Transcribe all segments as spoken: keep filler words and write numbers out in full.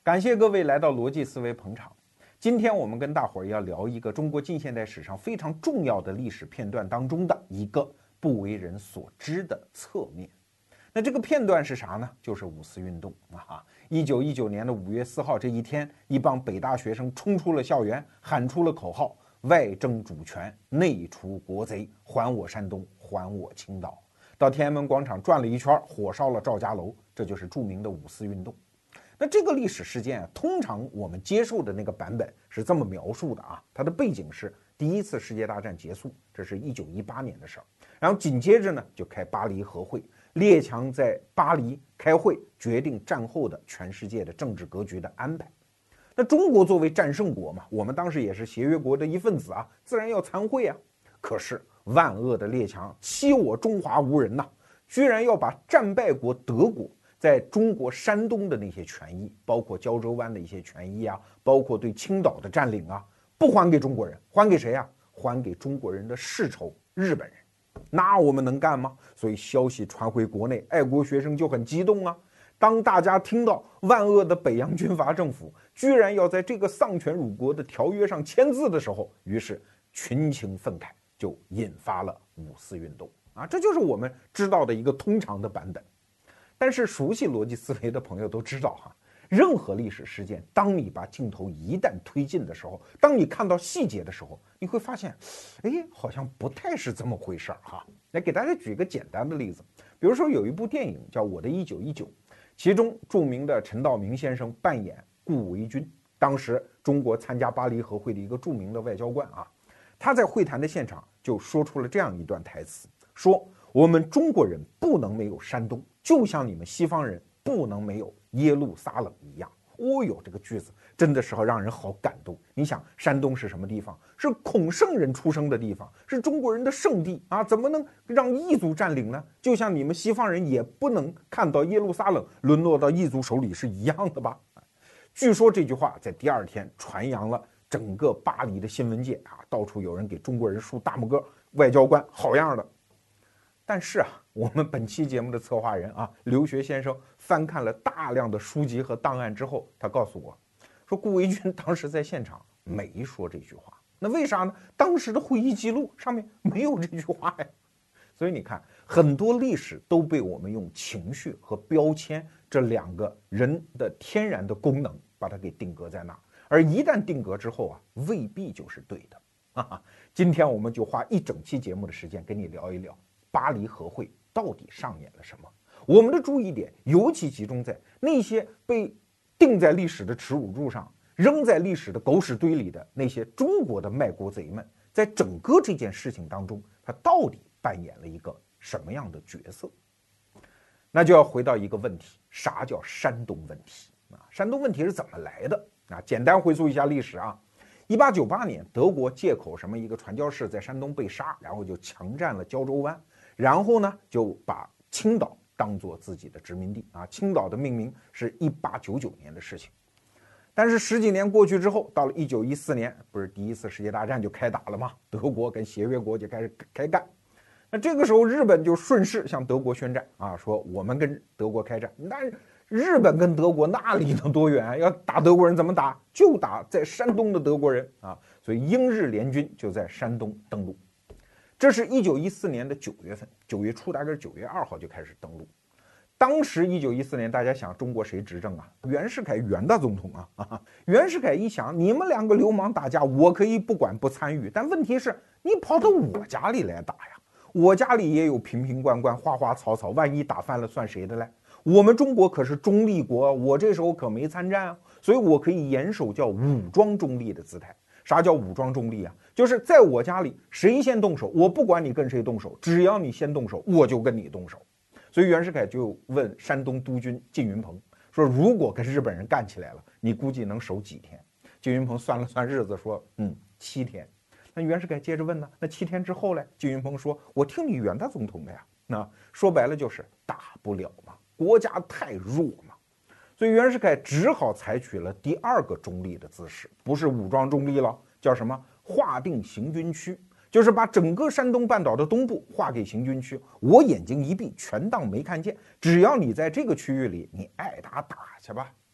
感谢各位来到逻辑思维捧场。今天我们跟大伙儿要聊一个中国近现代史上非常重要的历史片段当中的一个不为人所知的侧面。那这个片段是啥呢？就是五四运动啊！一九一九年的五月四号这一天，一帮北大学生冲出了校园，喊出了口号：外争主权，内除国贼，还我山东，还我青岛。到天安门广场转了一圈，火烧了赵家楼，这就是著名的五四运动。那这个历史事件啊，通常我们接受的那个版本是这么描述的啊，它的背景是第一次世界大战结束，这是一九一八年的事儿，然后紧接着呢就开巴黎和会，列强在巴黎开会，决定战后的全世界的政治格局的安排。那中国作为战胜国嘛，我们当时也是协约国的一份子啊，自然要参会啊。可是万恶的列强欺我中华无人呐、啊，居然要把战败国德国在中国山东的那些权益，包括胶州湾的一些权益啊，包括对青岛的占领啊，不还给中国人，还给谁啊？还给中国人的世仇日本人。那我们能干吗？所以消息传回国内，爱国学生就很激动啊。当大家听到万恶的北洋军阀政府居然要在这个丧权辱国的条约上签字的时候，于是群情愤慨，就引发了五四运动啊。这就是我们知道的一个通常的版本。但是熟悉逻辑思维的朋友都知道哈，任何历史事件，当你把镜头一旦推进的时候，当你看到细节的时候，你会发现，哎，好像不太是这么回事儿哈。来给大家举个简单的例子，比如说有一部电影叫《我的一九一九》，其中著名的陈道明先生扮演顾维钧，当时中国参加巴黎和会的一个著名的外交官啊，他在会谈的现场就说出了这样一段台词，说我们中国人不能没有山东，就像你们西方人不能没有耶路撒冷一样。哦哟，这个句子真的是让人好感动。你想，山东是什么地方？是孔圣人出生的地方，是中国人的圣地啊，怎么能让异族占领呢？就像你们西方人也不能看到耶路撒冷沦落到异族手里是一样的吧？据说这句话在第二天传扬了整个巴黎的新闻界啊，到处有人给中国人竖大拇哥，外交官好样的。但是啊，我们本期节目的策划人啊，刘学先生翻看了大量的书籍和档案之后，他告诉我说，顾维钧当时在现场没说这句话。那为啥呢？当时的会议记录上面没有这句话呀。所以你看，很多历史都被我们用情绪和标签这两个人的天然的功能把它给定格在那儿，而一旦定格之后啊，未必就是对的。哈哈，今天我们就花一整期节目的时间跟你聊一聊巴黎和会到底上演了什么？我们的注意点尤其集中在那些被钉在历史的耻辱柱上、扔在历史的狗屎堆里的那些中国的卖国贼们，在整个这件事情当中，他到底扮演了一个什么样的角色？那就要回到一个问题：啥叫山东问题啊？山东问题是怎么来的啊？简单回溯一下历史啊。一八九八年，德国借口什么一个传教士在山东被杀，然后就强占了胶州湾。然后呢，就把青岛当作自己的殖民地啊。青岛的命名是一八九九年的事情，但是十几年过去之后，到了一九一四年，不是第一次世界大战就开打了吗？德国跟协约国就开始开干。那这个时候，日本就顺势向德国宣战啊，说我们跟德国开战。那日本跟德国那离得多远？要打德国人怎么打？就打在山东的德国人啊。所以英日联军就在山东登陆。这是一九一四年的九月份，九月初大概是九月二号就开始登陆。当时一九一四年，大家想中国谁执政啊？袁世凯，袁大总统啊！啊，袁世凯一想，你们两个流氓打架，我可以不管不参与，但问题是，你跑到我家里来打呀！我家里也有瓶瓶罐罐、花花草草，万一打翻了，算谁的嘞？我们中国可是中立国，我这时候可没参战啊，所以我可以严守叫武装中立的姿态。啥叫武装中立啊？就是在我家里，谁先动手，我不管你跟谁动手，只要你先动手，我就跟你动手。所以袁世凯就问山东督军靳云鹏说：“如果跟日本人干起来了，你估计能守几天？”靳云鹏算了算日子说：“嗯，七天。”那袁世凯接着问呢：“那七天之后呢？”靳云鹏说：“我听你袁大总统的呀。”那说白了就是打不了嘛，国家太弱嘛。所以袁世凯只好采取了第二个中立的姿势，不是武装中立了，叫什么？划定行军区，就是把整个山东半岛的东部划给行军区，我眼睛一闭，全当没看见。只要你在这个区域里，你爱打打去吧。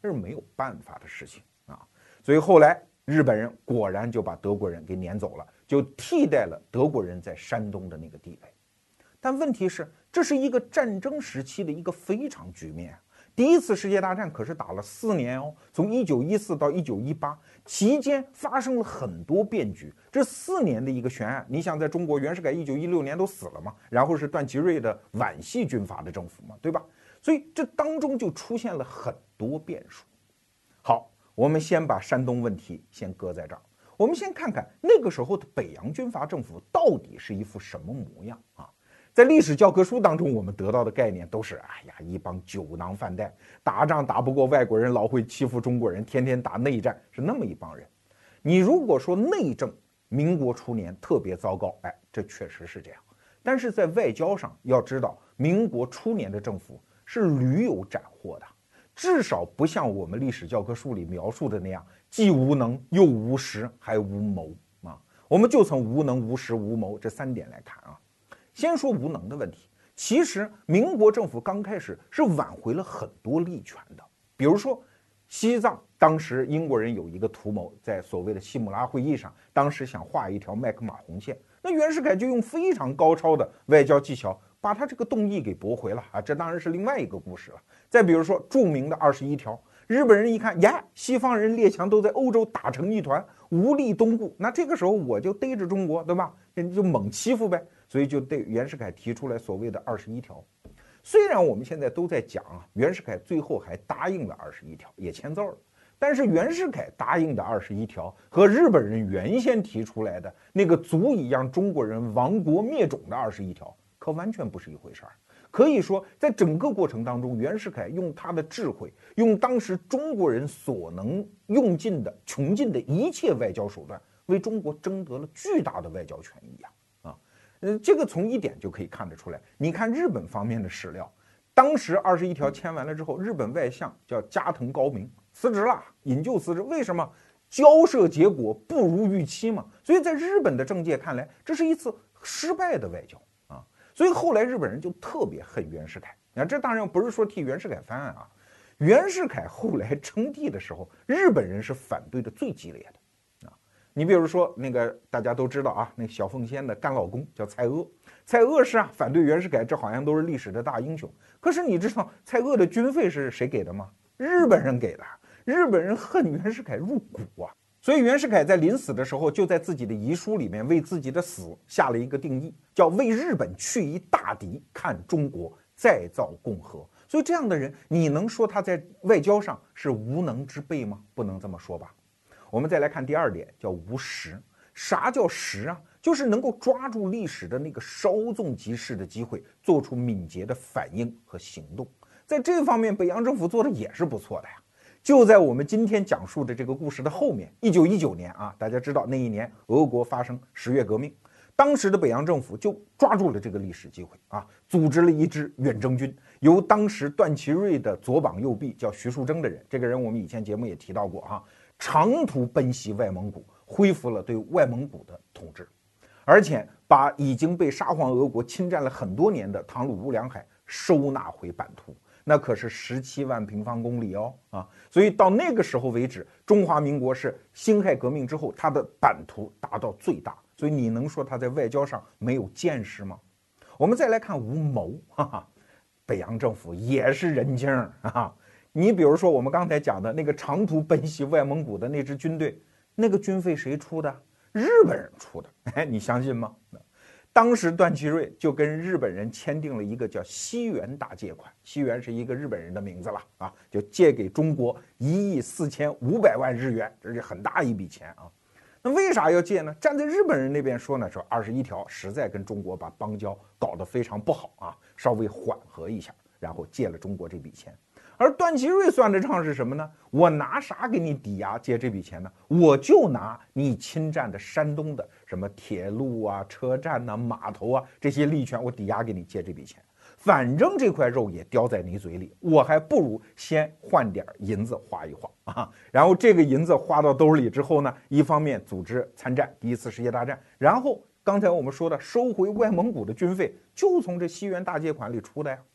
这是没有办法的事情啊。所以后来日本人果然就把德国人给撵走了，就替代了德国人在山东的那个地位。但问题是，这是一个战争时期的一个非常局面。第一次世界大战可是打了四年哦，从一九一四到一九一八期间发生了很多变局。这四年的一个悬案，你想在中国袁世凯一九一六年都死了嘛，然后是段祺瑞的皖系军阀的政府嘛，对吧？所以这当中就出现了很多变数。好，我们先把山东问题先搁在这儿，我们先看看那个时候的北洋军阀政府到底是一副什么模样啊？在历史教科书当中，我们得到的概念都是，哎呀，一帮酒囊饭袋，打仗打不过外国人，老会欺负中国人，天天打内战，是那么一帮人。你如果说内政民国初年特别糟糕，哎，这确实是这样。但是在外交上，要知道民国初年的政府是屡有斩获的，至少不像我们历史教科书里描述的那样，既无能又无识还无谋啊。我们就从无能、无识、无谋这三点来看啊。先说无能的问题，其实民国政府刚开始是挽回了很多利权的。比如说西藏，当时英国人有一个图谋，在所谓的西姆拉会议上，当时想画一条麦克马洪线，那袁世凯就用非常高超的外交技巧把他这个动议给驳回了啊，这当然是另外一个故事了。再比如说著名的二十一条，日本人一看呀，西方人列强都在欧洲打成一团，无力东顾，那这个时候我就逮着中国，对吧？就猛欺负呗。所以就对袁世凯提出来所谓的二十一条。虽然我们现在都在讲啊，袁世凯最后还答应了二十一条，也签字了，但是袁世凯答应的二十一条和日本人原先提出来的那个足以让中国人亡国灭种的二十一条，可完全不是一回事儿。可以说，在整个过程当中，袁世凯用他的智慧，用当时中国人所能用尽的、穷尽的一切外交手段，为中国争得了巨大的外交权益啊！呃，这个从一点就可以看得出来。你看日本方面的史料，当时二十一条签完了之后，日本外相叫加藤高明辞职了，引咎辞职。为什么？交涉结果不如预期嘛。所以在日本的政界看来，这是一次失败的外交啊。所以后来日本人就特别恨袁世凯。啊，这当然不是说替袁世凯翻案啊。袁世凯后来称帝的时候，日本人是反对的最激烈的。你比如说那个大家都知道啊，那小凤仙的干老公叫蔡锷，蔡锷是啊反对袁世凯，这好像都是历史的大英雄。可是你知道蔡锷的军费是谁给的吗？日本人给的。日本人恨袁世凯入骨啊，所以袁世凯在临死的时候就在自己的遗书里面为自己的死下了一个定义，叫为日本去一大敌，看中国再造共和。所以这样的人，你能说他在外交上是无能之辈吗？不能这么说吧。我们再来看第二点，叫无识。啥叫识啊？就是能够抓住历史的那个稍纵即逝的机会，做出敏捷的反应和行动。在这方面，北洋政府做的也是不错的呀。就在我们今天讲述的这个故事的后面，一九一九年啊，大家知道那一年俄国发生十月革命，当时的北洋政府就抓住了这个历史机会啊，组织了一支远征军，由当时段祺瑞的左膀右臂叫徐树铮的人，这个人我们以前节目也提到过啊。长途奔袭外蒙古，恢复了对外蒙古的统治，而且把已经被沙皇俄国侵占了很多年的唐努乌梁海收纳回版图，那可是十七万平方公里哦啊！所以到那个时候为止，中华民国是辛亥革命之后它的版图达到最大，所以你能说它在外交上没有见识吗？我们再来看无谋，哈哈，北洋政府也是人精儿啊！你比如说我们刚才讲的那个长途奔袭外蒙古的那支军队，那个军费谁出的？日本人出的。哎，你相信吗？当时段祺瑞就跟日本人签订了一个叫西元大借款，西元是一个日本人的名字了啊，就借给中国一亿四千五百万日元，这是很大一笔钱啊。那为啥要借呢？站在日本人那边说呢，说二十一条实在跟中国把邦交搞得非常不好啊，稍微缓和一下，然后借了中国这笔钱。而段祺瑞算的账是什么呢？我拿啥给你抵押借这笔钱呢？我就拿你侵占的山东的什么铁路啊、车站呐、啊、码头啊这些利权，我抵押给你借这笔钱。反正这块肉也叼在你嘴里，我还不如先换点银子花一花啊。然后这个银子花到兜里之后呢，一方面组织参战，第一次世界大战，然后刚才我们说的收回外蒙古的军费，就从这西元大借款里出的呀。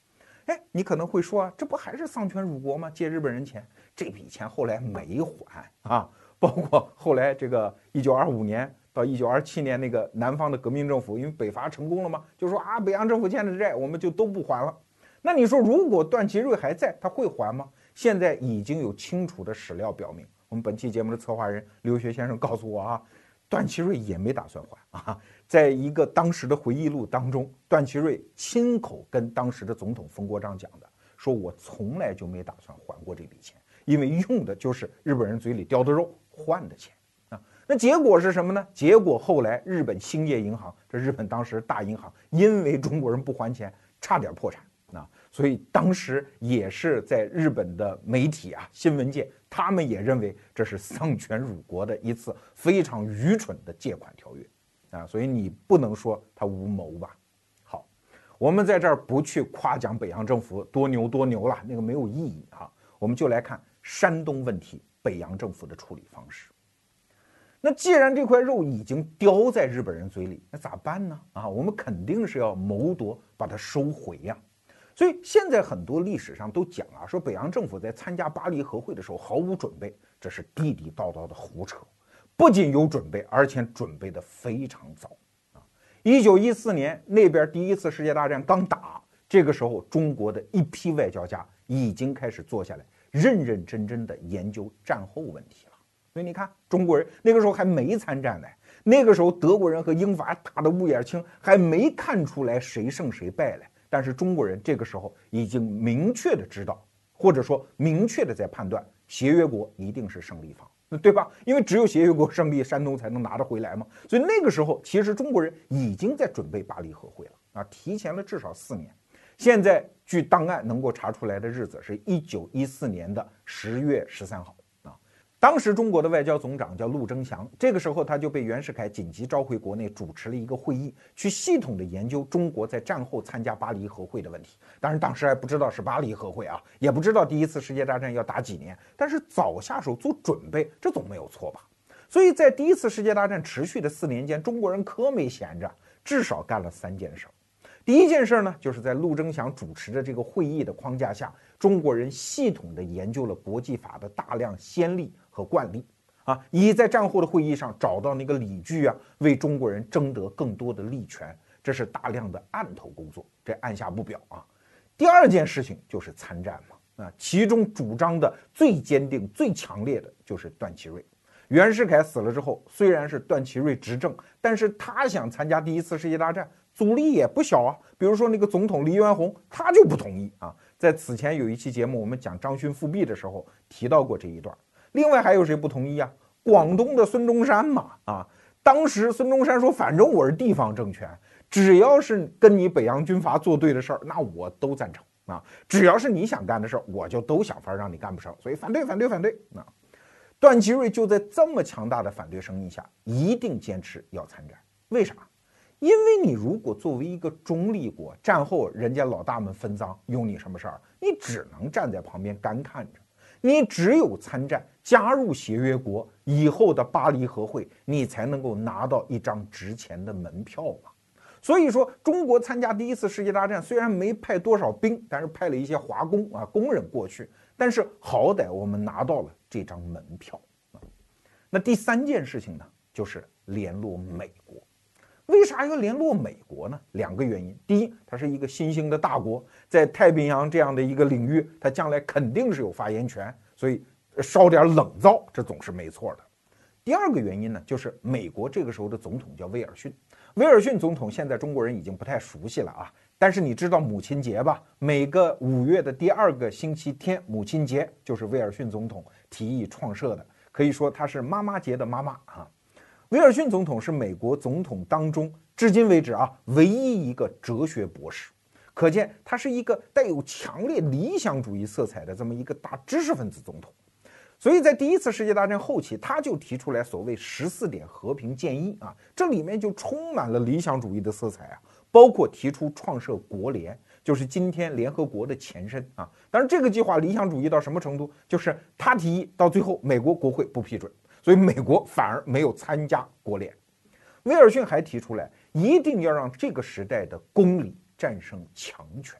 哎，你可能会说啊，这不还是丧权辱国吗？借日本人钱，这笔钱后来没还啊，包括后来这个一九二五年到一九二七年那个南方的革命政府，因为北伐成功了嘛，就说啊，北洋政府欠的债我们就都不还了。那你说如果段祺瑞还在，他会还吗？现在已经有清楚的史料表明，我们本期节目的策划人刘学先生告诉我啊，段祺瑞也没打算还啊。在一个当时的回忆录当中，段祺瑞亲口跟当时的总统冯国璋讲的，说我从来就没打算还过这笔钱，因为用的就是日本人嘴里叼的肉换的钱啊。那结果是什么呢？结果后来日本兴业银行，这日本当时大银行，因为中国人不还钱，差点破产啊。所以当时也是在日本的媒体啊、新闻界，他们也认为这是丧权辱国的一次非常愚蠢的借款条约啊。所以你不能说他无谋吧？好，我们在这儿不去夸奖北洋政府多牛多牛了，那个没有意义啊。我们就来看山东问题，北洋政府的处理方式。那既然这块肉已经叼在日本人嘴里，那咋办呢？啊，我们肯定是要谋夺把它收回呀、啊。所以现在很多历史上都讲啊，说北洋政府在参加巴黎和会的时候毫无准备，这是地地道道的胡扯。不仅有准备，而且准备的非常早啊。一九一四年那边第一次世界大战刚打，这个时候中国的一批外交家已经开始坐下来，认认真真的研究战后问题了。所以你看，中国人那个时候还没参战呢，那个时候德国人和英法打得乌眼青，还没看出来谁胜谁败来。但是中国人这个时候已经明确的知道，或者说明确的在判断，协约国一定是胜利方，对吧？因为只有协约国胜利，山东才能拿得回来嘛。所以那个时候，其实中国人已经在准备巴黎和会了啊，提前了至少四年。现在据档案能够查出来的日子是一九一四年的十月十三号。当时中国的外交总长叫陆征祥，这个时候他就被袁世凯紧急召回国内，主持了一个会议，去系统的研究中国在战后参加巴黎和会的问题。当然当时还不知道是巴黎和会啊，也不知道第一次世界大战要打几年，但是早下手做准备，这总没有错吧？所以在第一次世界大战持续的四年间，中国人可没闲着，至少干了三件事。第一件事呢，就是在陆征祥主持的这个会议的框架下，中国人系统的研究了国际法的大量先例和惯例啊，以在战后的会议上找到那个理据啊，为中国人争得更多的利权，这是大量的案头工作，这按下不表啊。第二件事情就是参战嘛，啊，其中主张的最坚定、最强烈的就是段祺瑞。袁世凯死了之后，虽然是段祺瑞执政，但是他想参加第一次世界大战，阻力也不小啊。比如说那个总统黎元洪，他就不同意啊。在此前有一期节目，我们讲张勋复辟的时候提到过这一段。另外还有谁不同意啊？广东的孙中山嘛，啊，当时孙中山说，反正我是地方政权，只要是跟你北洋军阀作对的事儿，那我都赞成啊。只要是你想干的事儿，我就都想法让你干不成，所以反对反对反对啊。段祺瑞就在这么强大的反对声音下，一定坚持要参战。为啥？因为你如果作为一个中立国，战后人家老大们分赃，有你什么事儿？你只能站在旁边干看着。你只有参战，加入协约国，以后的巴黎和会，你才能够拿到一张值钱的门票嘛。所以说，中国参加第一次世界大战虽然没派多少兵，但是派了一些华工啊工人过去，但是好歹我们拿到了这张门票啊。那第三件事情呢，就是联络美国。为啥要联络美国呢？两个原因。第一，它是一个新兴的大国，在太平洋这样的一个领域，它将来肯定是有发言权，所以烧点冷灶，这总是没错的。第二个原因呢，就是美国这个时候的总统叫威尔逊。威尔逊总统现在中国人已经不太熟悉了啊，但是你知道母亲节吧？每个五月的第二个星期天，母亲节就是威尔逊总统提议创设的，可以说他是妈妈节的妈妈啊。威尔逊总统是美国总统当中至今为止啊唯一一个哲学博士，可见他是一个带有强烈理想主义色彩的这么一个大知识分子总统。所以在第一次世界大战后期，他就提出来所谓十四点和平建议啊，这里面就充满了理想主义的色彩啊，包括提出创设国联，就是今天联合国的前身啊。当然这个计划理想主义到什么程度，就是他提议到最后美国国会不批准，所以美国反而没有参加国联。威尔逊还提出来，一定要让这个时代的公理战胜强权。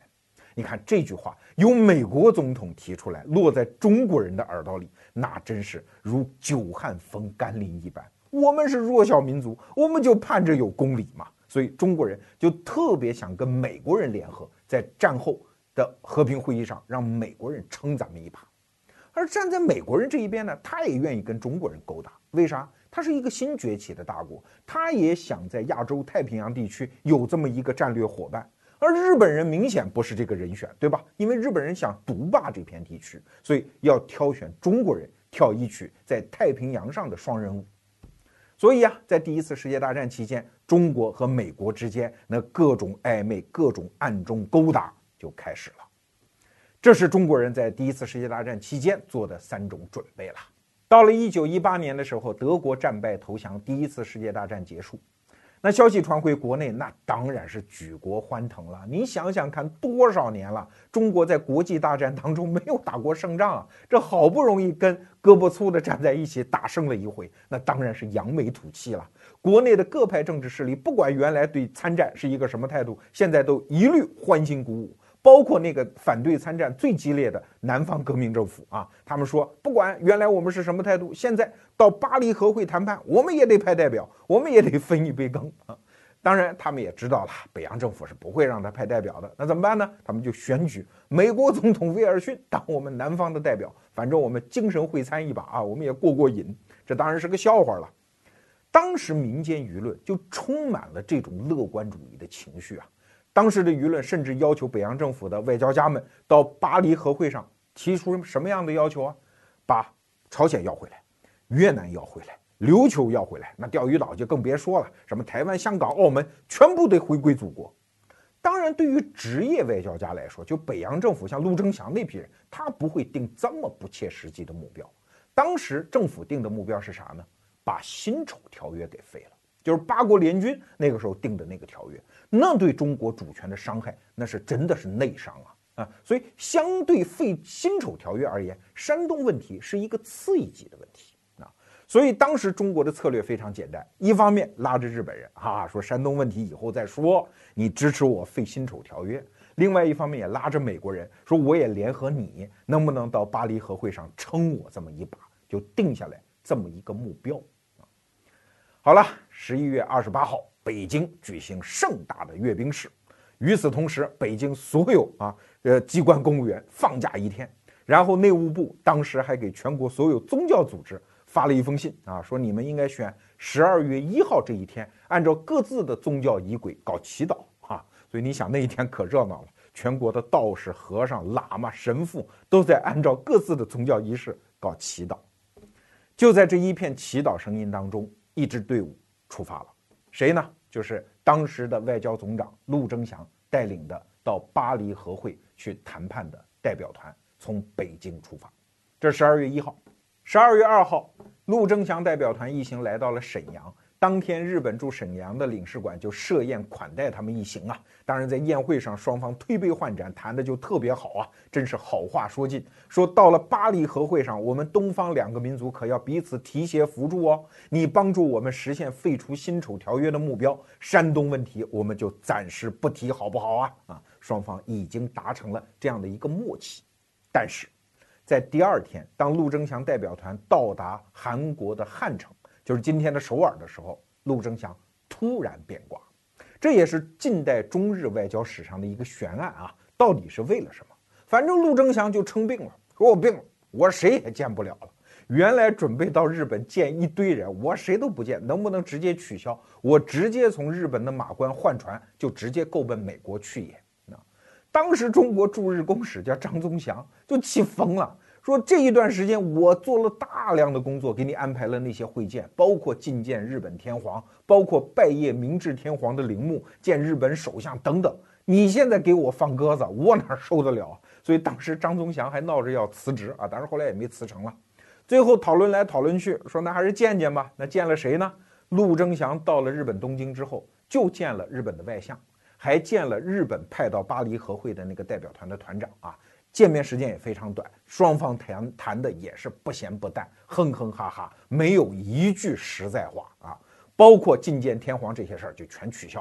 你看这句话由美国总统提出来，落在中国人的耳朵里，那真是如久旱逢甘霖一般。我们是弱小民族，我们就盼着有公理嘛。所以中国人就特别想跟美国人联合，在战后的和平会议上让美国人撑咱们一把。而站在美国人这一边呢，他也愿意跟中国人勾搭。为啥？他是一个新崛起的大国，他也想在亚洲太平洋地区有这么一个战略伙伴。而日本人明显不是这个人选，对吧？因为日本人想独霸这片地区，所以要挑选中国人跳一曲在太平洋上的双人舞。所以啊，在第一次世界大战期间，中国和美国之间那各种暧昧、各种暗中勾搭就开始了。这是中国人在第一次世界大战期间做的三种准备了。到了一九一八年的时候，德国战败投降，第一次世界大战结束。那消息传回国内，那当然是举国欢腾了。你想想看，多少年了，中国在国际大战当中没有打过胜仗啊，这好不容易跟胳膊粗的站在一起打胜了一回，那当然是扬眉吐气了。国内的各派政治势力，不管原来对参战是一个什么态度，现在都一律欢欣鼓舞。包括那个反对参战最激烈的南方革命政府啊，他们说不管原来我们是什么态度，现在到巴黎和会谈判，我们也得派代表，我们也得分一杯羹啊。当然，他们也知道了，北洋政府是不会让他派代表的，那怎么办呢？他们就选举美国总统威尔逊当我们南方的代表，反正我们精神会餐一把啊，我们也过过瘾。这当然是个笑话了。当时民间舆论就充满了这种乐观主义的情绪啊。当时的舆论甚至要求北洋政府的外交家们到巴黎和会上提出什么样的要求啊？把朝鲜要回来，越南要回来，琉球要回来，那钓鱼岛就更别说了，什么台湾、香港、澳门全部得回归祖国。当然，对于职业外交家来说，就北洋政府像陆征祥那批人，他不会定这么不切实际的目标。当时政府定的目标是啥呢？把辛丑条约给废了。就是八国联军那个时候定的那个条约，那对中国主权的伤害，那是真的是内伤啊啊！所以相对废辛丑条约而言，山东问题是一个次一级的问题啊。所以当时中国的策略非常简单，一方面拉着日本人啊，说山东问题以后再说，你支持我废辛丑条约；另外一方面也拉着美国人说，我也联合你，能不能到巴黎和会上撑我这么一把，就定下来这么一个目标。好了，十一月二十八号，北京举行盛大的阅兵式。与此同时，北京所有啊呃机关公务员放假一天。然后内务部当时还给全国所有宗教组织发了一封信啊，说你们应该选十二月一号这一天，按照各自的宗教仪轨搞祈祷啊。所以你想那一天可热闹了，全国的道士、和尚、喇嘛、神父都在按照各自的宗教仪式搞祈祷。就在这一片祈祷声音当中，一支队伍出发了，谁呢？就是当时的外交总长陆征祥带领的到巴黎和会去谈判的代表团，从北京出发。这是十二月一号，十二月二号，陆征祥代表团一行来到了沈阳。当天，日本驻沈阳的领事馆就设宴款待他们一行啊。当然，在宴会上，双方推杯换盏，谈的就特别好啊，真是好话说尽。说到了巴黎和会上，我们东方两个民族可要彼此提携扶助哦。你帮助我们实现废除辛丑条约的目标，山东问题我们就暂时不提，好不好啊？啊，双方已经达成了这样的一个默契。但是，在第二天，当陆征祥代表团到达韩国的汉城，就是今天的首尔的时候，陆征祥突然变卦，这也是近代中日外交史上的一个悬案啊！到底是为了什么？反正陆征祥就称病了，说我病了，我谁也见不了了。原来准备到日本见一堆人，我谁都不见，能不能直接取消？我直接从日本的马关换船，就直接够奔美国去也。当时中国驻日公使叫张宗祥，就气疯了。说这一段时间我做了大量的工作，给你安排了那些会见，包括觐见日本天皇，包括拜谒明治天皇的陵墓，见日本首相等等。你现在给我放鸽子，我哪受得了？所以当时张宗祥还闹着要辞职啊，但是后来也没辞成了。最后讨论来讨论去，说那还是见见吧。那见了谁呢？陆征祥到了日本东京之后，就见了日本的外相，还见了日本派到巴黎和会的那个代表团的团长啊。见面时间也非常短，双方谈谈的也是不咸不淡，哼哼哈哈，没有一句实在话啊。包括觐见天皇这些事儿就全取消了，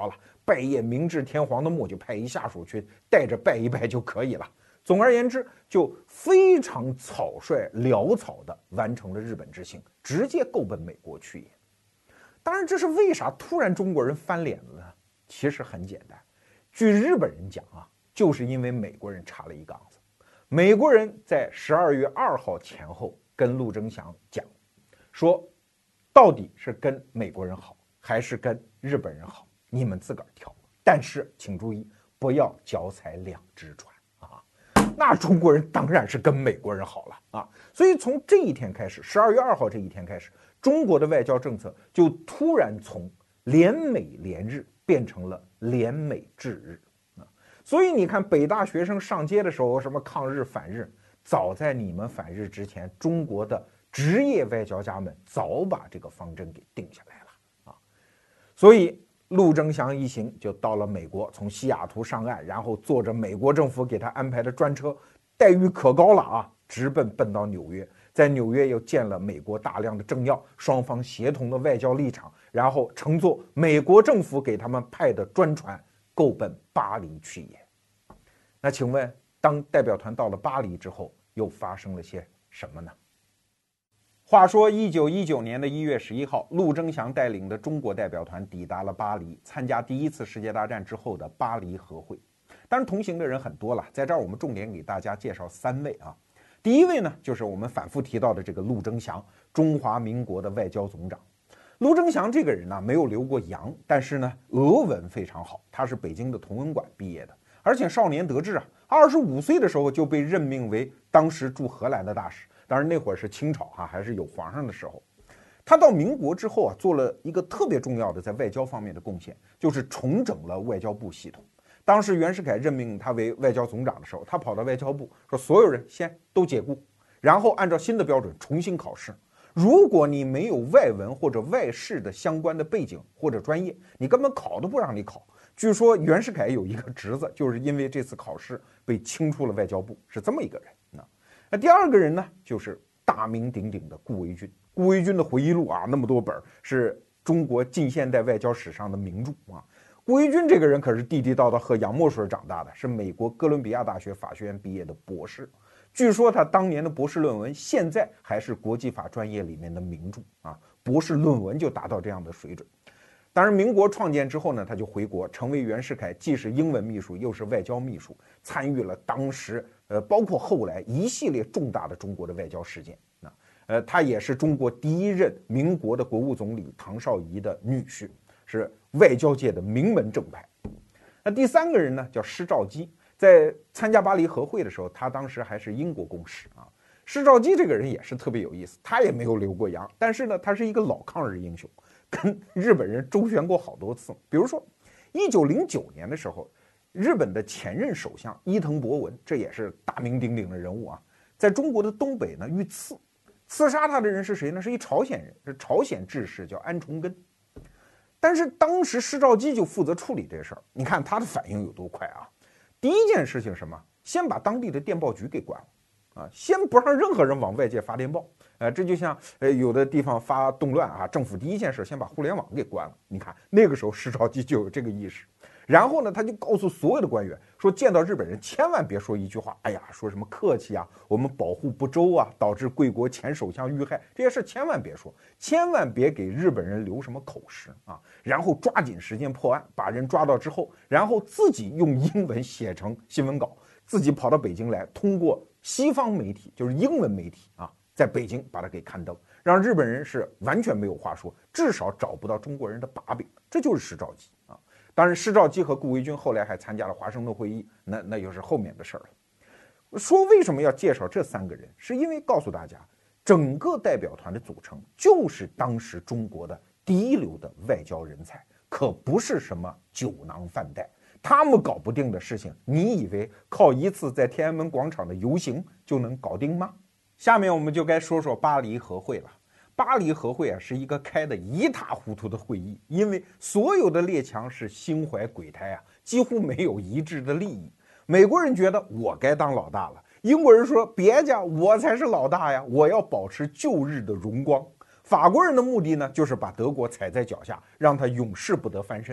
拜谒明治天皇的墓，就派一下属去带着拜一拜就可以了。总而言之，就非常草率潦草地完成了日本之行，直接够奔美国去也。当然，这是为啥突然中国人翻脸了呢？其实很简单，据日本人讲啊，就是因为美国人插了一杠子。美国人在十二月二号前后跟陆征祥讲，说到底是跟美国人好还是跟日本人好，你们自个儿挑。但是请注意，不要脚踩两只船啊！那中国人当然是跟美国人好了啊！所以从这一天开始，十二月二号这一天开始，中国的外交政策就突然从联美联日变成了联美制日啊！所以你看，北大学生上街的时候，什么抗日反日，早在你们反日之前，中国的职业外交家们早把这个方针给定下来了啊！所以陆征祥一行就到了美国，从西雅图上岸，然后坐着美国政府给他安排的专车，待遇可高了啊，直奔奔到纽约，在纽约又见了美国大量的政要，双方协同的外交立场，然后乘坐美国政府给他们派的专船，够奔巴黎去也。那请问，当代表团到了巴黎之后，又发生了些什么呢？话说，一九一九年的一月十一号，陆征祥带领的中国代表团抵达了巴黎，参加第一次世界大战之后的巴黎和会。当然，同行的人很多了，在这儿我们重点给大家介绍三位啊。第一位呢，就是我们反复提到的这个陆征祥，中华民国的外交总长。陆征祥这个人呢，没有留过洋，但是呢，俄文非常好，他是北京的同文馆毕业的，而且少年得志啊，二十五岁的时候就被任命为当时驻荷兰的大使。当然那会儿是清朝哈、啊，还是有皇上的时候。他到民国之后啊，做了一个特别重要的在外交方面的贡献，就是重整了外交部系统。当时袁世凯任命他为外交总长的时候，他跑到外交部说，所有人先都解雇，然后按照新的标准重新考试。如果你没有外文或者外事的相关的背景或者专业，你根本考都不让你考。据说袁世凯有一个侄子，就是因为这次考试被清出了外交部，是这么一个人。那第二个人呢，就是大名鼎鼎的顾维钧。顾维钧的回忆录啊，那么多本，是中国近现代外交史上的名著啊。顾维钧这个人可是地地道道喝洋墨水长大的，是美国哥伦比亚大学法学院毕业的博士。据说他当年的博士论文现在还是国际法专业里面的名著啊，博士论文就达到这样的水准。当然，民国创建之后呢，他就回国，成为袁世凯既是英文秘书又是外交秘书，参与了当时呃，包括后来一系列重大的中国的外交事件啊。呃，他也是中国第一任民国的国务总理唐绍仪的女婿，是外交界的名门正派。那第三个人呢，叫施肇基，在参加巴黎和会的时候，他当时还是英国公使啊。施肇基这个人也是特别有意思，他也没有留过洋，但是呢，他是一个老抗日英雄。跟日本人周旋过好多次，比如说一九零九年的时候，日本的前任首相伊藤博文，这也是大名鼎鼎的人物啊，在中国的东北呢遇刺，刺杀他的人是谁呢？是一朝鲜人，是朝鲜志士，叫安重根。但是当时施肇基就负责处理这事儿，你看他的反应有多快啊！第一件事情什么？先把当地的电报局给关了。啊，先不让任何人往外界发电报，呃，这就像呃有的地方发动乱啊，政府第一件事先把互联网给关了。你看那个时候施肇基就有这个意识，然后呢，他就告诉所有的官员说，见到日本人千万别说一句话，哎呀，说什么客气啊，我们保护不周啊，导致贵国前首相遇害，这些事千万别说，千万别给日本人留什么口实啊，然后抓紧时间破案，把人抓到之后，然后自己用英文写成新闻稿，自己跑到北京来，通过西方媒体，就是英文媒体啊，在北京把它给刊登，让日本人是完全没有话说，至少找不到中国人的把柄。这就是施肇基啊。当然，施肇基和顾维钧后来还参加了华盛顿会议，那那又是后面的事儿了。说为什么要介绍这三个人，是因为告诉大家，整个代表团的组成就是当时中国的第一流的外交人才，可不是什么酒囊饭袋。他们搞不定的事情，你以为靠一次在天安门广场的游行就能搞定吗？下面我们就该说说巴黎和会了。巴黎和会啊，是一个开得一塌糊涂的会议，因为所有的列强是心怀鬼胎啊，几乎没有一致的利益。美国人觉得我该当老大了，英国人说别家我才是老大呀，我要保持旧日的荣光。法国人的目的呢，就是把德国踩在脚下，让他永世不得翻身。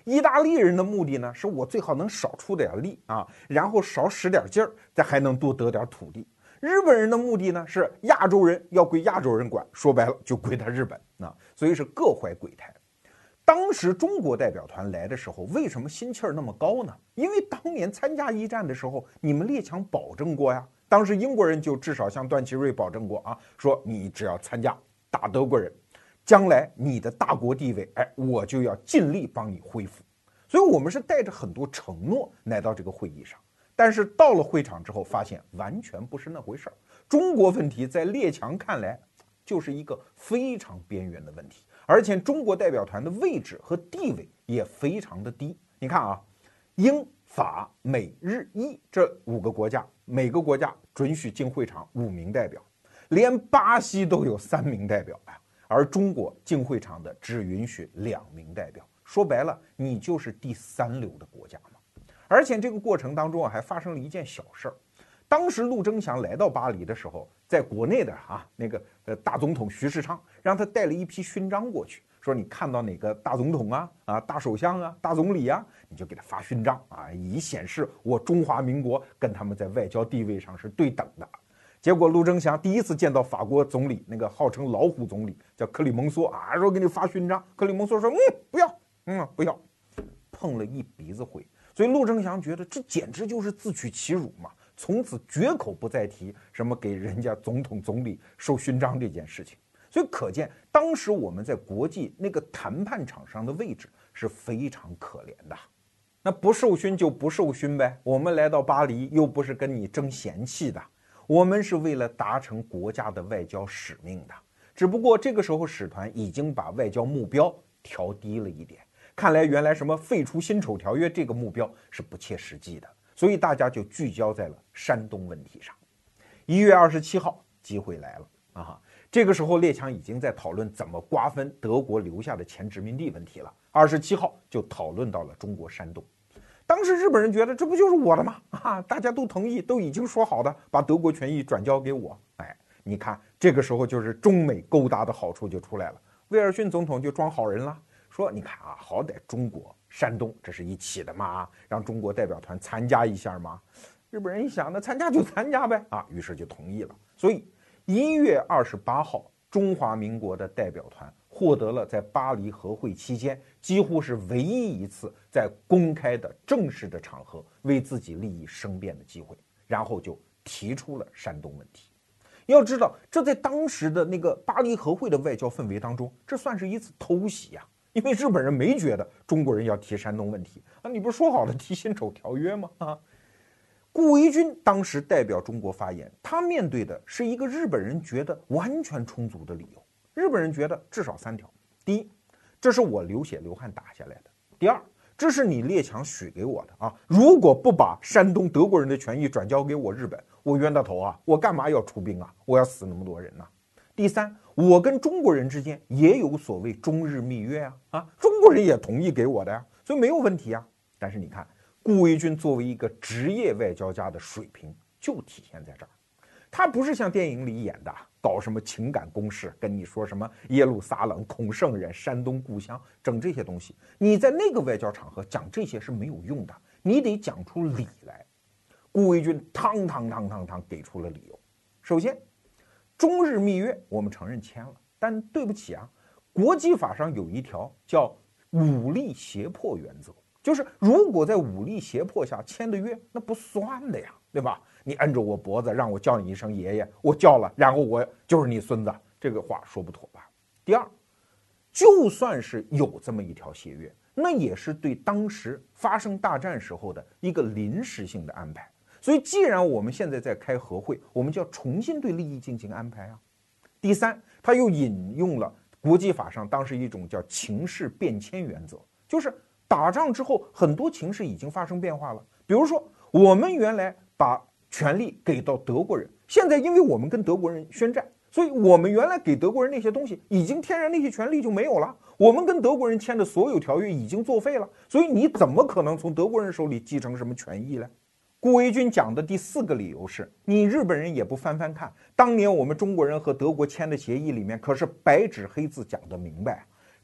意大利人的目的呢，是我最好能少出点力啊，然后少使点劲儿，再还能多得点土地。日本人的目的呢，是亚洲人要归亚洲人管，说白了就归他日本啊，所以是各怀鬼胎。当时中国代表团来的时候，为什么心气儿那么高呢？因为当年参加一战的时候，你们列强保证过呀。当时英国人就至少向段祺瑞保证过啊，说你只要参加打德国人，将来你的大国地位，哎，我就要尽力帮你恢复。所以我们是带着很多承诺来到这个会议上，但是到了会场之后，发现完全不是那回事儿。中国问题在列强看来就是一个非常边缘的问题。而且中国代表团的位置和地位也非常的低。你看啊，英法美日意这五个国家，每个国家准许进会场五名代表，连巴西都有三名代表呀，而中国进会场的只允许两名代表。说白了，你就是第三流的国家嘛。而且这个过程当中啊，还发生了一件小事儿。当时陆征祥来到巴黎的时候，在国内的啊那个呃大总统徐世昌让他带了一批勋章过去，说你看到哪个大总统啊啊大首相啊大总理啊，你就给他发勋章啊，以显示我中华民国跟他们在外交地位上是对等的。结果陆征祥第一次见到法国总理，那个号称老虎总理叫克里蒙梭啊，说给你发勋章，克里蒙梭说嗯不要，嗯不要，碰了一鼻子灰。所以陆征祥觉得这简直就是自取其辱嘛。从此绝口不再提什么给人家总统总理授勋章这件事情。所以可见当时我们在国际那个谈判场上的位置是非常可怜的。那不授勋就不授勋呗，我们来到巴黎又不是跟你争嫌弃的，我们是为了达成国家的外交使命的。只不过这个时候使团已经把外交目标调低了一点，看来原来什么废除辛丑条约这个目标是不切实际的，所以大家就聚焦在了山东问题上。一月二十七号，机会来了啊！这个时候列强已经在讨论怎么瓜分德国留下的前殖民地问题了。二十七号就讨论到了中国山东。当时日本人觉得这不就是我的吗？啊，大家都同意，都已经说好的，把德国权益转交给我。哎，你看这个时候就是中美勾搭的好处就出来了。威尔逊总统就装好人了，说你看啊，好歹中国山东这是一起的嘛，让中国代表团参加一下嘛。日本人一想，那参加就参加呗啊，于是就同意了。所以一月二十八号，中华民国的代表团获得了在巴黎和会期间几乎是唯一一次在公开的正式的场合为自己利益申辩的机会，然后就提出了山东问题。要知道，这在当时的那个巴黎和会的外交氛围当中，这算是一次偷袭啊！因为日本人没觉得中国人要提山东问题啊，你不是说好了提辛丑条约吗？啊，顾维钧当时代表中国发言，他面对的是一个日本人觉得完全充足的理由。日本人觉得至少三条：第一，这是我流血流汗打下来的；第二，这是你列强许给我的啊，如果不把山东德国人的权益转交给我日本，我冤大头啊，我干嘛要出兵啊？我要死那么多人呢？第三，我跟中国人之间也有所谓中日密约啊，啊，中国人也同意给我的呀，所以没有问题啊。但是你看，顾维钧作为一个职业外交家的水平就体现在这儿，他不是像电影里演的搞什么情感攻势，跟你说什么耶路撒冷、孔圣人、山东故乡，整这些东西，你在那个外交场合讲这些是没有用的，你得讲出理来。顾维钧汤汤汤汤汤给出了理由。首先，中日密约我们承认签了，但对不起啊，国际法上有一条叫武力胁迫原则，就是如果在武力胁迫下签的约，那不算的呀，对吧？你摁着我脖子让我叫你一声爷爷，我叫了，然后我就是你孙子，这个话说不妥吧？第二，就算是有这么一条协约，那也是对当时发生大战时候的一个临时性的安排。所以既然我们现在在开和会，我们就要重新对利益进行安排啊。第三，他又引用了国际法上当时一种叫情势变迁原则，就是打仗之后很多情势已经发生变化了。比如说我们原来把权力给到德国人，现在因为我们跟德国人宣战，所以我们原来给德国人那些东西已经天然那些权利就没有了，我们跟德国人签的所有条约已经作废了，所以你怎么可能从德国人手里继承什么权益呢？顾维钧讲的第四个理由是，你日本人也不翻翻看，当年我们中国人和德国签的协议里面可是白纸黑字讲得明白，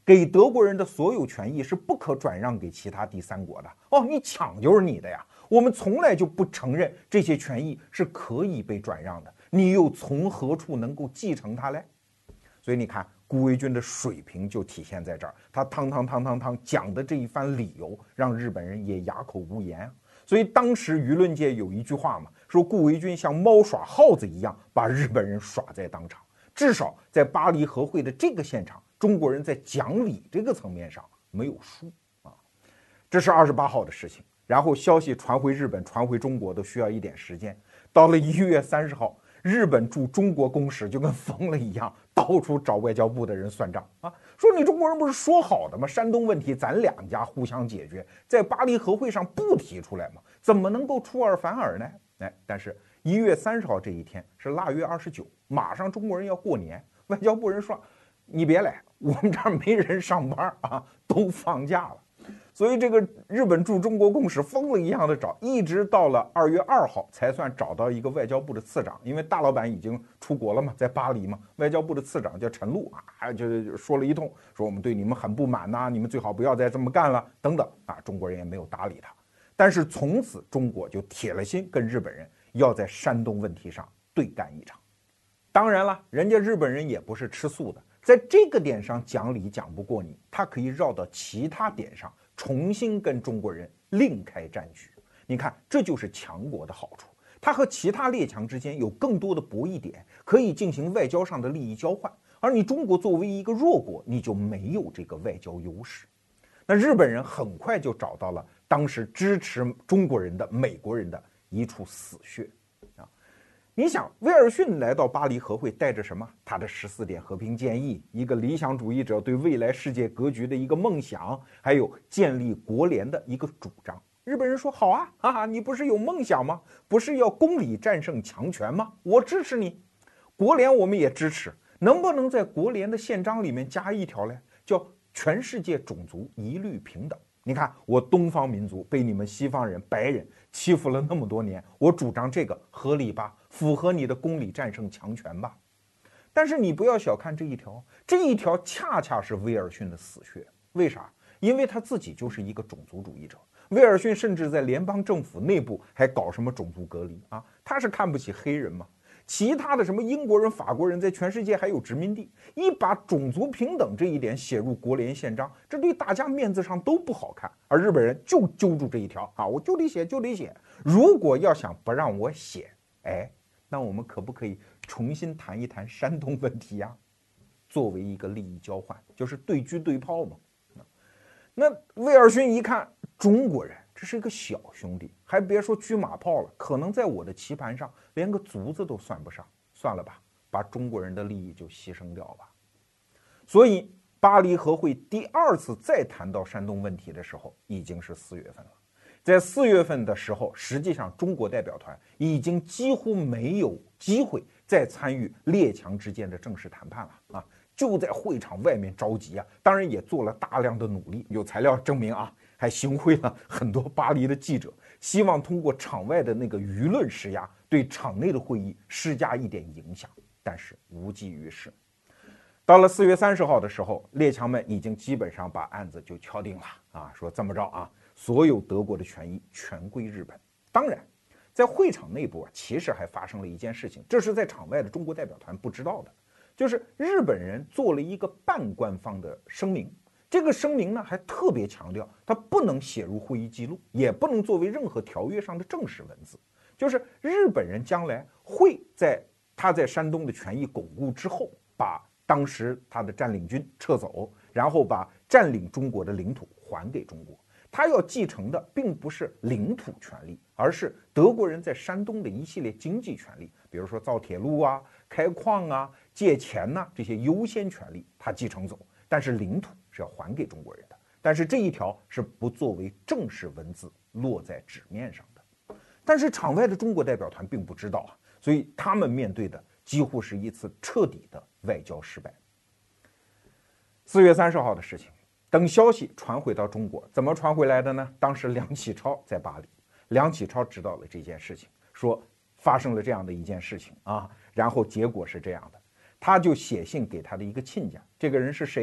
给德国人的所有权益是不可转让给其他第三国的。哦，你抢就是你的呀，我们从来就不承认这些权益是可以被转让的，你又从何处能够继承它嘞？所以你看，顾维钧的水平就体现在这儿，他汤汤汤汤汤讲的这一番理由，让日本人也哑口无言啊。所以当时舆论界有一句话嘛，说顾维钧像猫耍耗子一样把日本人耍在当场。至少在巴黎和会的这个现场，中国人在讲理这个层面上没有输啊。这是二十八号的事情，然后消息传回日本、传回中国都需要一点时间。到了一月三十号，日本驻中国公使就跟疯了一样，到处找外交部的人算账啊，说你中国人不是说好的吗？山东问题咱两家互相解决，在巴黎和会上不提出来吗？怎么能够出尔反尔呢？哎，但是一月三十号这一天是腊月二十九，马上中国人要过年，外交部人说你别来，我们这儿没人上班啊，都放假了。所以这个日本驻中国公使疯了一样的找，一直到了二月二号才算找到一个外交部的次长，因为大老板已经出国了嘛，在巴黎嘛，外交部的次长叫陈露啊，还就说了一通，说我们对你们很不满呐、啊，你们最好不要再这么干了，等等啊，中国人也没有搭理他。但是从此中国就铁了心跟日本人要在山东问题上对干一场。当然了，人家日本人也不是吃素的，在这个点上讲理讲不过你，他可以绕到其他点上重新跟中国人另开战局。你看，这就是强国的好处，它和其他列强之间有更多的博弈点，可以进行外交上的利益交换。而你中国作为一个弱国，你就没有这个外交优势。那日本人很快就找到了当时支持中国人的美国人的一处死穴啊！你想，威尔逊来到巴黎和会带着什么？他的十四点和平建议，一个理想主义者对未来世界格局的一个梦想，还有建立国联的一个主张。日本人说好啊，哈哈，你不是有梦想吗？不是要公理战胜强权吗？我支持你，国联我们也支持。能不能在国联的宪章里面加一条呢？叫全世界种族一律平等。你看，我东方民族被你们西方人白人欺负了那么多年，我主张这个合理吧，符合你的公理战胜强权吧。但是你不要小看这一条，这一条恰恰是威尔逊的死穴。为啥？因为他自己就是一个种族主义者。威尔逊甚至在联邦政府内部还搞什么种族隔离啊？他是看不起黑人吗？其他的什么英国人、法国人在全世界还有殖民地，一把种族平等这一点写入国联宪章，这对大家面子上都不好看。而日本人就揪住这一条啊，我就得写，就得写。如果要想不让我写，哎，那我们可不可以重新谈一谈山东问题呀、啊？作为一个利益交换，就是对车对炮嘛。那威尔逊一看中国人，这是一个小兄弟，还别说车马炮了，可能在我的棋盘上连个卒子都算不上。算了吧，把中国人的利益就牺牲掉吧。所以巴黎和会第二次再谈到山东问题的时候，已经是四月份了。在四月份的时候，实际上中国代表团已经几乎没有机会再参与列强之间的正式谈判了啊。就在会场外面着急啊，当然也做了大量的努力，有材料证明啊，还行贿了很多巴黎的记者，希望通过场外的那个舆论施压，对场内的会议施加一点影响，但是无济于事。到了四月三十号的时候，列强们已经基本上把案子就敲定了啊，说这么着啊，所有德国的权益全归日本。当然，在会场内部啊，其实还发生了一件事情，这是在场外的中国代表团不知道的。就是日本人做了一个半官方的声明，这个声明呢还特别强调，它不能写入会议记录，也不能作为任何条约上的正式文字。就是日本人将来会在他在山东的权益巩固之后，把当时他的占领军撤走，然后把占领中国的领土还给中国。他要继承的并不是领土权利，而是德国人在山东的一系列经济权利，比如说造铁路啊、开矿啊、借钱呐、啊、这些优先权利，他继承走，但是领土是要还给中国人的。但是这一条是不作为正式文字落在纸面上的。但是场外的中国代表团并不知道啊，所以他们面对的几乎是一次彻底的外交失败。四月三十号的事情。等消息传回到中国，怎么传回来的呢？当时梁启超在巴黎，梁启超知道了这件事情，说发生了这样的一件事情啊，然后结果是这样的，他就写信给他的一个亲家，这个人是谁呢？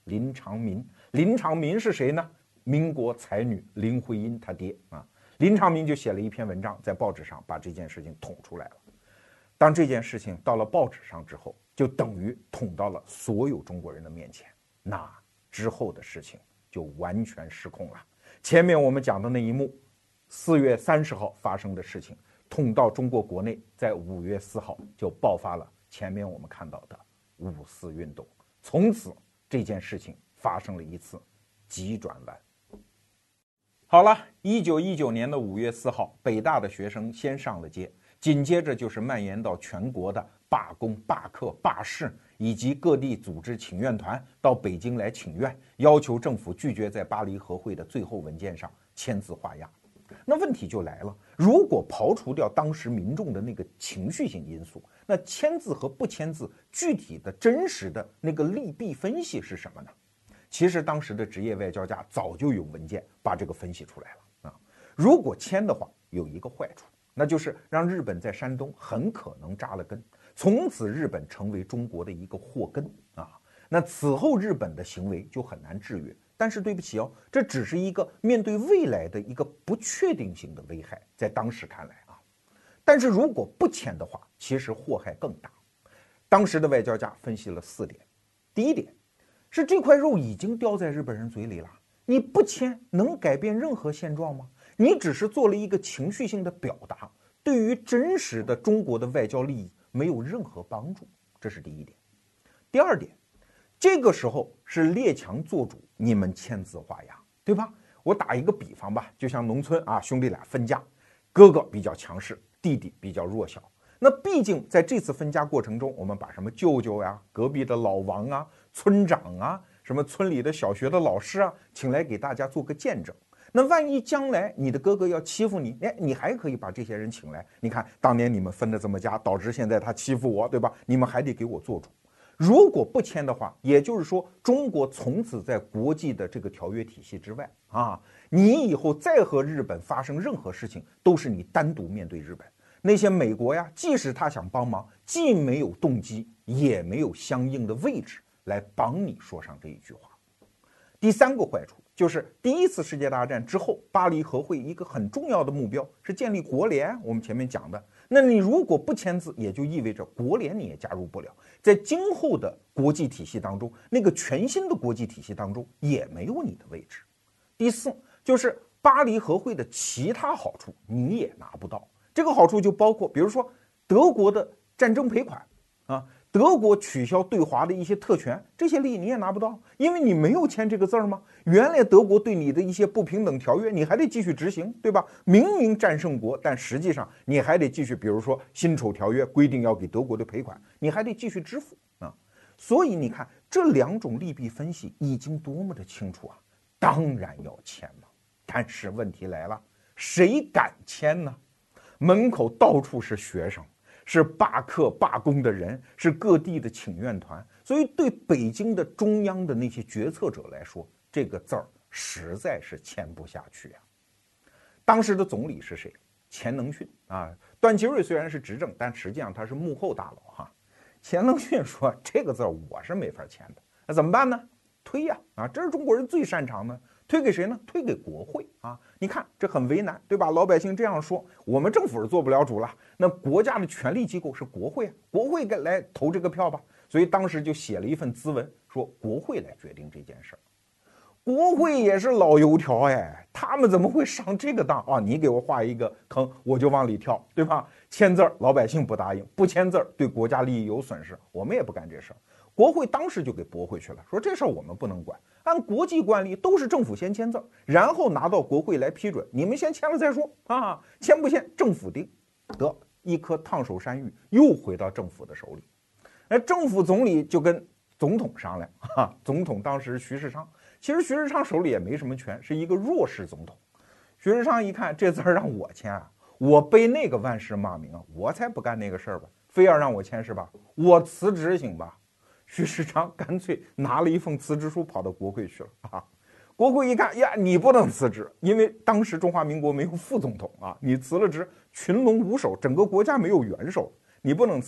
林长民。林长民是谁呢？民国才女林徽因她爹啊。林长民就写了一篇文章，在报纸上把这件事情捅出来了。当这件事情到了报纸上之后，就等于捅到了所有中国人的面前，那之后的事情就完全失控了。前面我们讲的那一幕，四月三十号发生的事情，捅到中国国内，在五月四号就爆发了前面我们看到的五四运动，从此这件事情发生了一次急转弯。好了，一九一九年的五月四号，北大的学生先上了街，紧接着就是蔓延到全国的罢工、罢课、罢市，以及各地组织请愿团到北京来请愿，要求政府拒绝在巴黎和会的最后文件上签字画押。那问题就来了，如果刨除掉当时民众的那个情绪性因素，那签字和不签字具体的真实的那个利弊分析是什么呢？其实当时的职业外交家早就有文件把这个分析出来了啊。如果签的话，有一个坏处，那就是让日本在山东很可能扎了根，从此日本成为中国的一个祸根啊。那此后日本的行为就很难制约。但是对不起哦，这只是一个面对未来的一个不确定性的危害，在当时看来啊。但是如果不签的话，其实祸害更大。当时的外交家分析了四点。第一点是这块肉已经掉在日本人嘴里了，你不签能改变任何现状吗？你只是做了一个情绪性的表达，对于真实的中国的外交利益没有任何帮助，这是第一点。第二点，这个时候是列强做主，你们签字画押，对吧？我打一个比方吧，就像农村啊，兄弟俩分家，哥哥比较强势，弟弟比较弱小。那毕竟在这次分家过程中，我们把什么舅舅呀、隔壁的老王啊、村长啊、什么村里的小学的老师啊，请来给大家做个见证。那万一将来你的哥哥要欺负你，哎，你还可以把这些人请来。你看当年你们分的这么家，导致现在他欺负我，对吧？你们还得给我做主。如果不签的话，也就是说中国从此在国际的这个条约体系之外啊，你以后再和日本发生任何事情，都是你单独面对日本。那些美国呀，即使他想帮忙，既没有动机，也没有相应的位置来帮你说上这一句话。第三个坏处就是第一次世界大战之后，巴黎和会一个很重要的目标是建立国联，我们前面讲的。那你如果不签字，也就意味着国联你也加入不了，在今后的国际体系当中，那个全新的国际体系当中也没有你的位置。第四，就是巴黎和会的其他好处你也拿不到。这个好处就包括，比如说德国的战争赔款啊，德国取消对华的一些特权，这些利益你也拿不到，因为你没有签这个字儿吗？原来德国对你的一些不平等条约，你还得继续执行，对吧？明明战胜国，但实际上你还得继续，比如说辛丑条约规定要给德国的赔款，你还得继续支付啊。所以你看这两种利弊分析已经多么的清楚啊，当然要签嘛。但是问题来了，谁敢签呢？门口到处是学生，是罢课罢工的人，是各地的请愿团，所以对北京的中央的那些决策者来说，这个字儿实在是签不下去啊。当时的总理是谁？钱能训啊。段祺瑞虽然是执政，但实际上他是幕后大佬哈。钱能训说这个字儿我是没法签的，那怎么办呢？推呀啊，这是中国人最擅长的。推给谁呢？推给国会啊！你看这很为难，对吧？老百姓这样说，我们政府是做不了主了。那国家的权力机构是国会啊，国会该来投这个票吧。所以当时就写了一份咨文，说国会来决定这件事儿。国会也是老油条哎，他们怎么会上这个当啊？你给我画一个坑，我就往里跳，对吧？签字儿老百姓不答应，不签字儿对国家利益有损失，我们也不干这事儿。国会当时就给驳回去了，说这事儿我们不能管，按国际惯例都是政府先签字，然后拿到国会来批准，你们先签了再说啊，签不签政府定。得一颗烫手山芋又回到政府的手里，那政府总理就跟总统商量啊，总统当时徐世昌，其实徐世昌手里也没什么权，是一个弱势总统。徐世昌一看这字儿让我签啊，我被那个万世骂名啊，我才不干那个事儿吧，非要让我签是吧？我辞职行吧？徐世昌干脆拿了一封辞职书跑到国会去了啊！国会一看呀，你不能辞职，因为当时中华民国没有副总统啊，你辞了职，群龙无首，整个国家没有元首，你不能辞。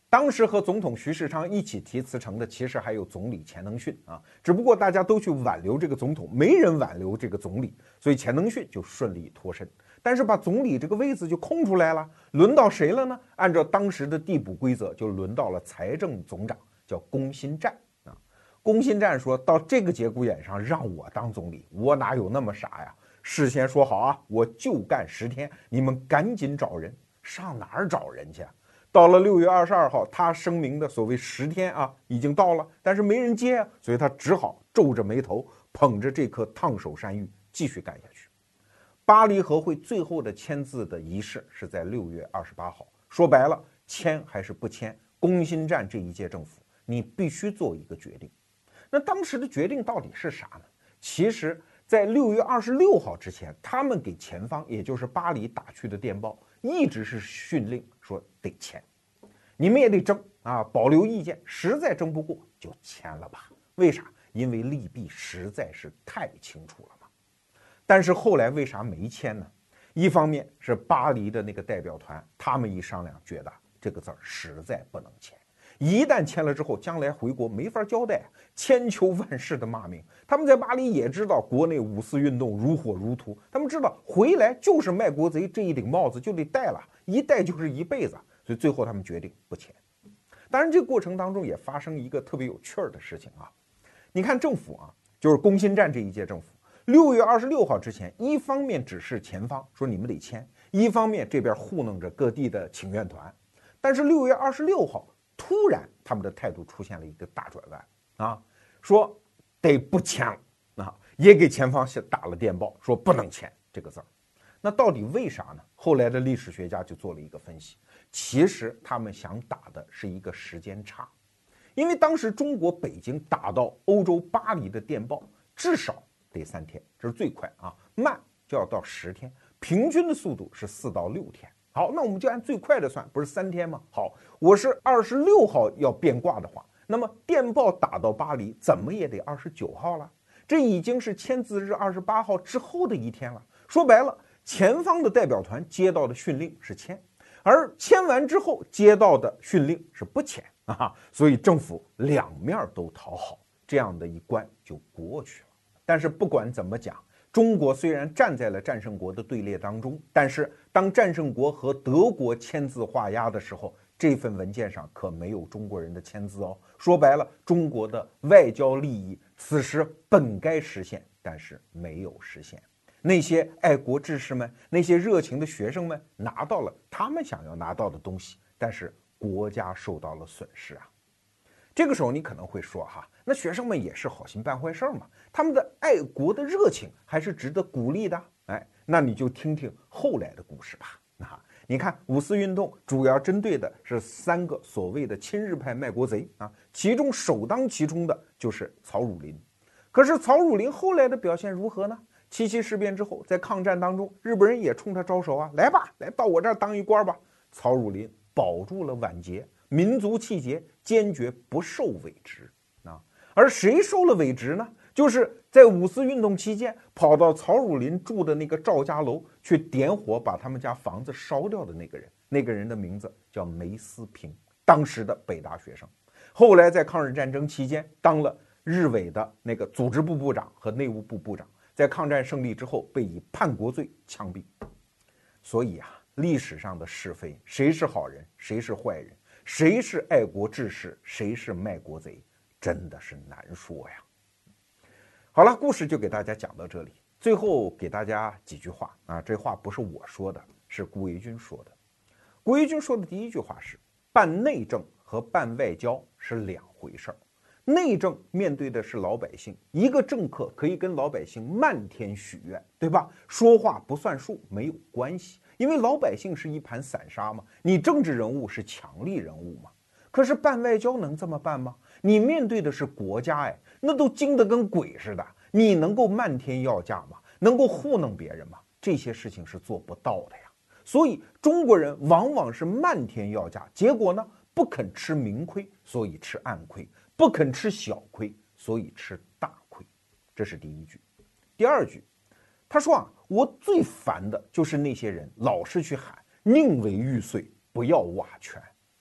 当时和总统徐世昌一起提辞呈的，其实还有总理钱能训啊，只不过大家都去挽留这个总统，没人挽留这个总理，所以钱能训就顺利脱身。但是把总理这个位子就空出来了，轮到谁了呢？按照当时的递补规则，就轮到了财政总长，叫龚新湛啊。龚新湛说到这个节骨眼上让我当总理，我哪有那么傻呀？事先说好啊，我就干十天，你们赶紧找人。上哪儿找人去啊？到了六月二十二号，他声明的所谓十天啊，已经到了，但是没人接啊，所以他只好皱着眉头，捧着这颗烫手山芋继续干下去。巴黎和会最后的签字的仪式是在六月二十八号。说白了，签还是不签，龚新湛这一届政府，你必须做一个决定。那当时的决定到底是啥呢？其实，在六月二十六号之前，他们给前方，也就是巴黎打去的电报，一直是训令说得签，你们也得争啊，保留意见，实在争不过就签了吧。为啥？因为利弊实在是太清楚了。但是后来为啥没签呢？一方面是巴黎的那个代表团，他们一商量，觉得这个字儿实在不能签，一旦签了之后，将来回国没法交代，千秋万世的骂名。他们在巴黎也知道国内五四运动如火如荼，他们知道回来就是卖国贼这一顶帽子就得戴了，一戴就是一辈子，所以最后他们决定不签。当然，这个过程当中也发生一个特别有趣儿的事情啊，你看政府啊，就是龚新湛这一届政府。六月二十六号之前，一方面指示前方说你们得签，一方面这边糊弄着各地的请愿团。但是六月二十六号，突然他们的态度出现了一个大转弯啊，说得不签了啊，也给前方打了电报，说不能签这个字儿。那到底为啥呢？后来的历史学家就做了一个分析，其实他们想打的是一个时间差，因为当时中国北京打到欧洲巴黎的电报至少得三天，这是最快啊，慢就要到十天，平均的速度是四到六天。好，那我们就按最快的算，不是三天吗？好，我是二十六号要变卦的话，那么电报打到巴黎怎么也得二十九号了，这已经是签字日二十八号之后的一天了。说白了，前方的代表团接到的训令是签，而签完之后接到的训令是不签啊，所以政府两面都讨好，这样的一关就过去了。但是不管怎么讲，中国虽然站在了战胜国的队列当中，但是当战胜国和德国签字画押的时候，这份文件上可没有中国人的签字哦。说白了，中国的外交利益此时本该实现，但是没有实现。那些爱国志士们，那些热情的学生们拿到了他们想要拿到的东西，但是国家受到了损失啊。这个时候你可能会说哈，那学生们也是好心办坏事嘛，他们的爱国的热情还是值得鼓励的。哎，那你就听听后来的故事吧。啊，你看五四运动主要针对的是三个所谓的亲日派卖国贼啊，其中首当其冲的就是曹汝霖。可是曹汝霖后来的表现如何呢？七七事变之后，在抗战当中，日本人也冲他招手啊，来吧，来到我这儿当一官吧。曹汝霖保住了晚节，民族气节，坚决不受伪职啊。而谁受了伪职呢？就是在五四运动期间跑到曹汝霖住的那个赵家楼去点火把他们家房子烧掉的那个人，那个人的名字叫梅思平，当时的北大学生，后来在抗日战争期间当了日伪的那个组织部部长和内务部部长，在抗战胜利之后被以叛国罪枪毙。所以啊，历史上的是非，谁是好人，谁是坏人，谁是爱国志士，谁是卖国贼，真的是难说呀。好了，故事就给大家讲到这里。最后给大家几句话啊，这话不是我说的，是顾维钧说的。顾维钧说的第一句话是：办内政和办外交是两回事儿。内政面对的是老百姓，一个政客可以跟老百姓漫天许愿，对吧？说话不算数没有关系，因为老百姓是一盘散沙嘛，你政治人物是强力人物嘛。可是办外交能这么办吗？你面对的是国家，哎，那都精得跟鬼似的，你能够漫天要价吗？能够糊弄别人吗？这些事情是做不到的呀。所以中国人往往是漫天要价，结果呢，不肯吃明亏，所以吃暗亏；不肯吃小亏，所以吃大亏。这是第一句。第二句，他说啊，我最烦的就是那些人老是去喊宁为玉碎，不要瓦全。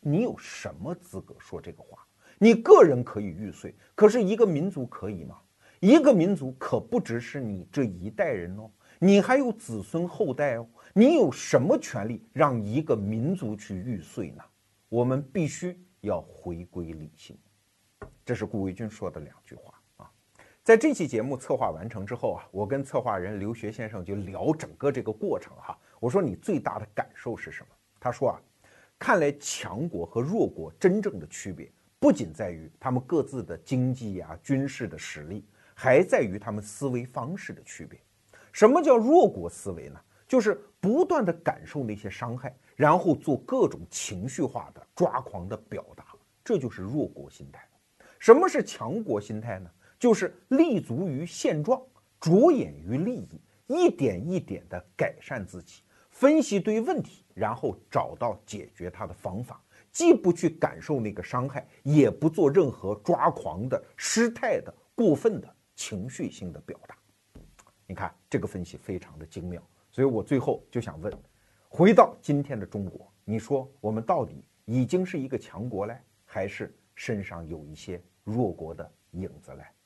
你有什么资格说这个话？你个人可以玉碎，可是一个民族可以吗？一个民族可不只是你这一代人哦，你还有子孙后代哦。你有什么权利让一个民族去玉碎呢？我们必须要回归理性。这是顾维钧说的两句话啊。在这期节目策划完成之后啊，我跟策划人刘学先生就聊整个这个过程哈。我说你最大的感受是什么？他说啊，看来强国和弱国真正的区别，不仅在于他们各自的经济啊、军事的实力，还在于他们思维方式的区别。什么叫弱国思维呢？就是不断的感受那些伤害，然后做各种情绪化的抓狂的表达，这就是弱国心态。什么是强国心态呢？就是立足于现状，着眼于利益，一点一点的改善自己，分析对问题，然后找到解决它的方法，既不去感受那个伤害，也不做任何抓狂的、失态的、过分的情绪性的表达。你看这个分析非常的精妙，所以我最后就想问，回到今天的中国，你说我们到底已经是一个强国嘞，还是身上有一些弱国的影子嘞？